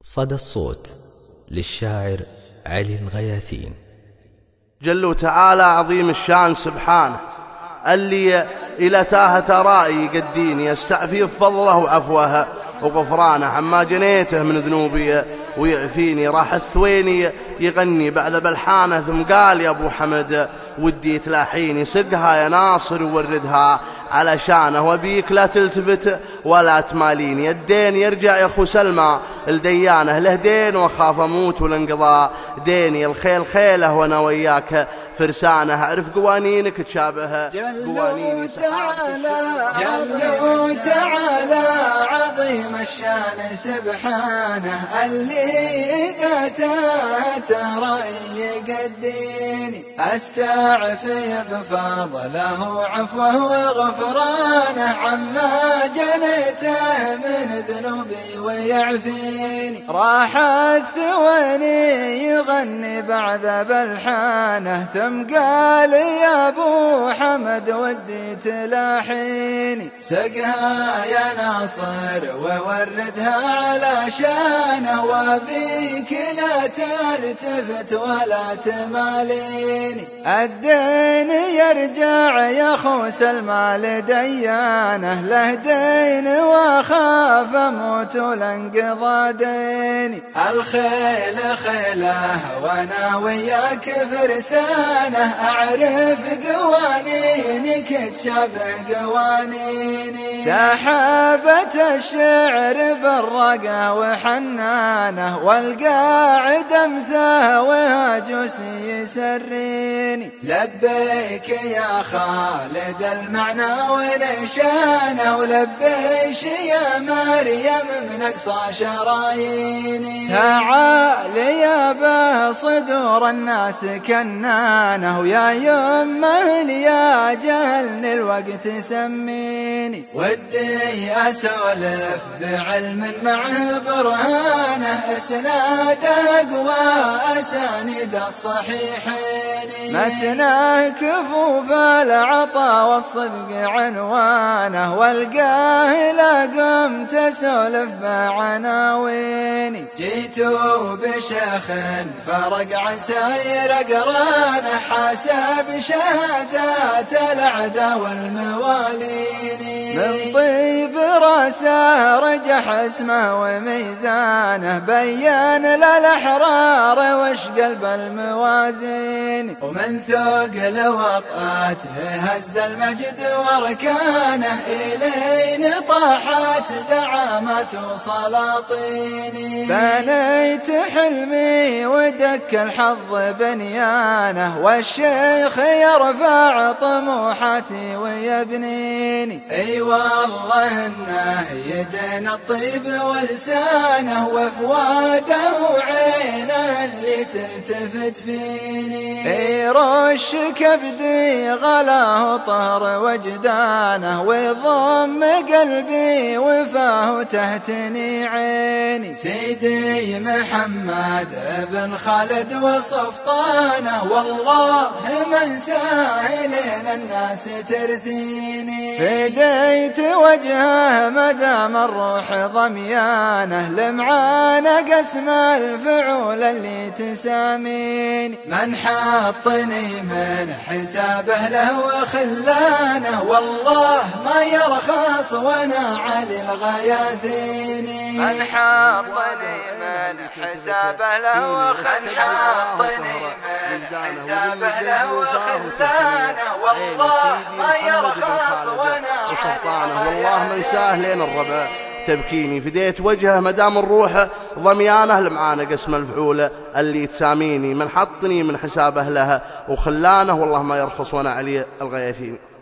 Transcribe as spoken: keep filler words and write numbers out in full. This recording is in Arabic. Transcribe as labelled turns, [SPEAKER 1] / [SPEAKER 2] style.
[SPEAKER 1] صدى الصوت للشاعر علي الغياثين.
[SPEAKER 2] جل تعالى عظيم الشان سبحانه اللي إلى تاهة رائي يقديني استعفي فضله وعفوه وغفرانه عما جنيته من ذنوبي ويعفيني. راح الثويني يغني بعد بلحانه ثم قال يا أبو حمد ودي تلاحيني سقها يا ناصر ووردها علشانه وبيك لا تلتفت ولا تماليني. الدين يرجع يا أخو سلمى الديانه له دين واخاف اموت والانقضاء ديني. الخيل خيله وانا وياك فرسانه اعرف قوانينك تشابه قوانيني.
[SPEAKER 3] جل تعالى عظيم الشان سبحانه اللي إذا تاه رأي يقديني استعفي بفضله عفوه وغفرانه عما جنيته من ذنوبي ويعفيني. راح الثواني يغني بعد بلحانه ثم قال يا أبو حمد ودي تلاحيني سقها يا ناصر ووردها علشانه وبيك لا تلتفت ولا تماليني. الدين يرجع يا أخو سلمى لديانه له دين واخاف اموت لانقضى ديني. الخيل خيله وانا وياك فرسانه اعرف قوانينك تشابه قوانيني. سحابة الشعر بالرقى وحنانه والقاعد امثاه وهاجسي يسريني. لبيك يا خالد المعنى ونشانه ولبيش يا مريم من اقصى شراييني. تعال يا به صدور الناس كنانه ويا يمه يا جهل الوقت سميني. ودي اسولف بعلم معه برهانه اسناد اقوى اسانيد الصحيحين. متنه كفوف العطا والصدق عنوانه والقاه لا قمت اسولف بعناويني. جيتوا بشيخ فرق عن ساير قرانه حسب شهادات الاعداء والموالين. من طيب راسه رجح اسمه وميزانه بين للأحرار وش قلب الموازين. ومن ثقل وطأته هز المجد واركانه إلين طاحت زعامة وسلاطيني. بنيت حلمي ودك الحظ بنيانه والشيخ يرفع طموحاتي ويبنيني. اي والله انه يدين الطيب ولسانه وفواده وعينه اللي تلتفت فيني. اي رش كبدي غلاه طهر وجدانه ويضم قلبي وفاه تهتني عيني. سيدي محمد بن خالد وصفطانه والله من سائلين الناس ترثيني. فديت وجهه مدام الروح ضميانه لمعانه قسم الفعول اللي تساميني. من حطني من حسابه له وخلانه والله ما يرخص وانا علي الغياثيني. من حطني من حسابه له وخلانه من حسابه له وخلانه والله ما يرخص وانا
[SPEAKER 2] وسلطانه والله من ساهلين الربع تبكيني. فديت وجهه مدام الروح ضميانه لمعانه قسم الفعولة اللي تساميني. من حطني من حسابه لها وخلانه والله ما يرخص وانا علي الغياثين.